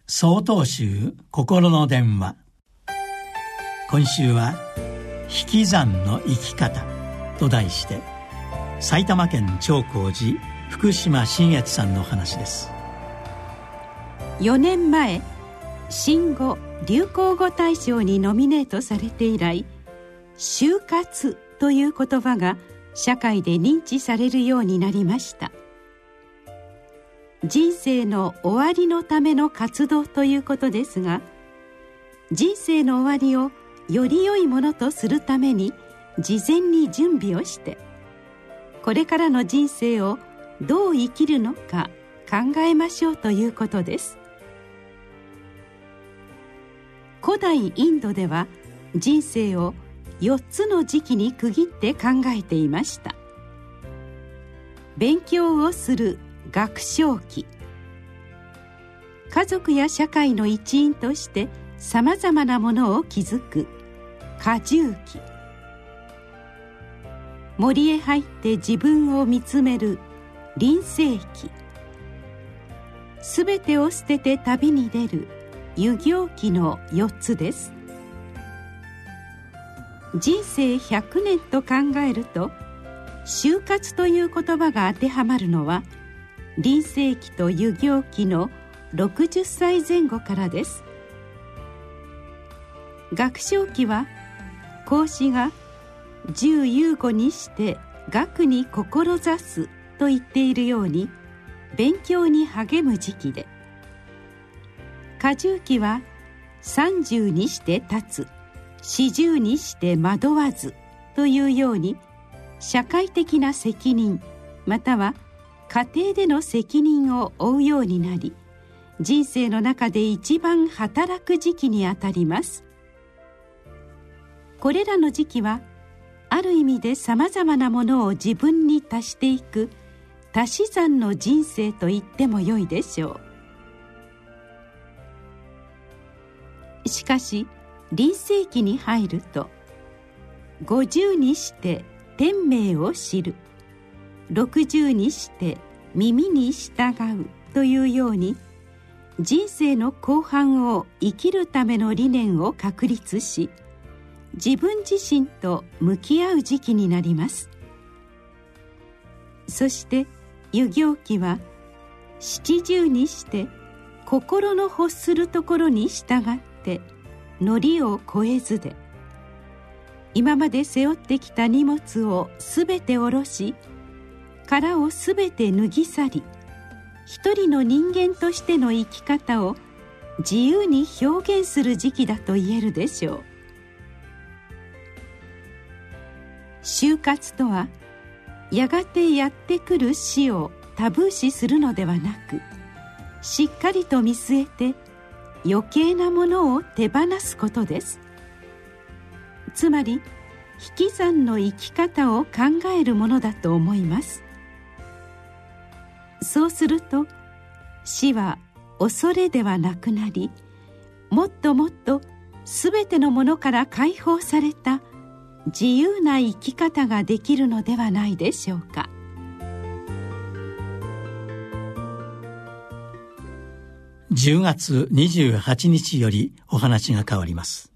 曹洞宗心の電話。今週は引き算の生き方と題して、埼玉県長光寺福島信越さんの話です。 4年前、新語・流行語大賞にノミネートされて以来、就活という言葉が社会で認知されるようになりました。人生の終わりのための活動ということですが、人生の終わりをより良いものとするために事前に準備をして、これからの人生をどう生きるのか考えましょうということです。古代インドでは人生を4つの時期に区切って考えていました。勉強をする学唱期、家族や社会の一員としてさまざまなものを築く果樹期、森へ入って自分を見つめる臨静期、すべてを捨てて旅に出る遊行期の4つです。人生100年と考えると、就活という言葉が当てはまるのは臨静期と遊行期の60歳前後からです。学唱期は孔子が10有5にして学に志すと言っているように勉強に励む時期で、果樹期は30にして立つ、40にして惑わずというように社会的な責任または家庭での責任を負うようになり、人生の中で一番働く時期にあたります。これらの時期はある意味でさまざまなものを自分に足していく足し算の人生と言ってもよいでしょう。しかし臨静期に入ると、50にして天命を知る、60にして耳に従うというように、人生の後半を生きるための理念を確立し、自分自身と向き合う時期になります。そして遊行期は70にして心の欲するところに従って範を超えずで、今まで背負ってきた荷物をすべて下ろし、殻をすべて脱ぎ去り、一人の人間としての生き方を自由に表現する時期だと言えるでしょう。就活とは、やがてやってくる死をタブー視するのではなく、しっかりと見据えて余計なものを手放すことです。つまり引き算の生き方を考えるものだと思います。そうすると死は恐れではなくなり、もっともっとすべてのものから解放された自由な生き方ができるのではないでしょうか。 10月28日よりお話が変わります。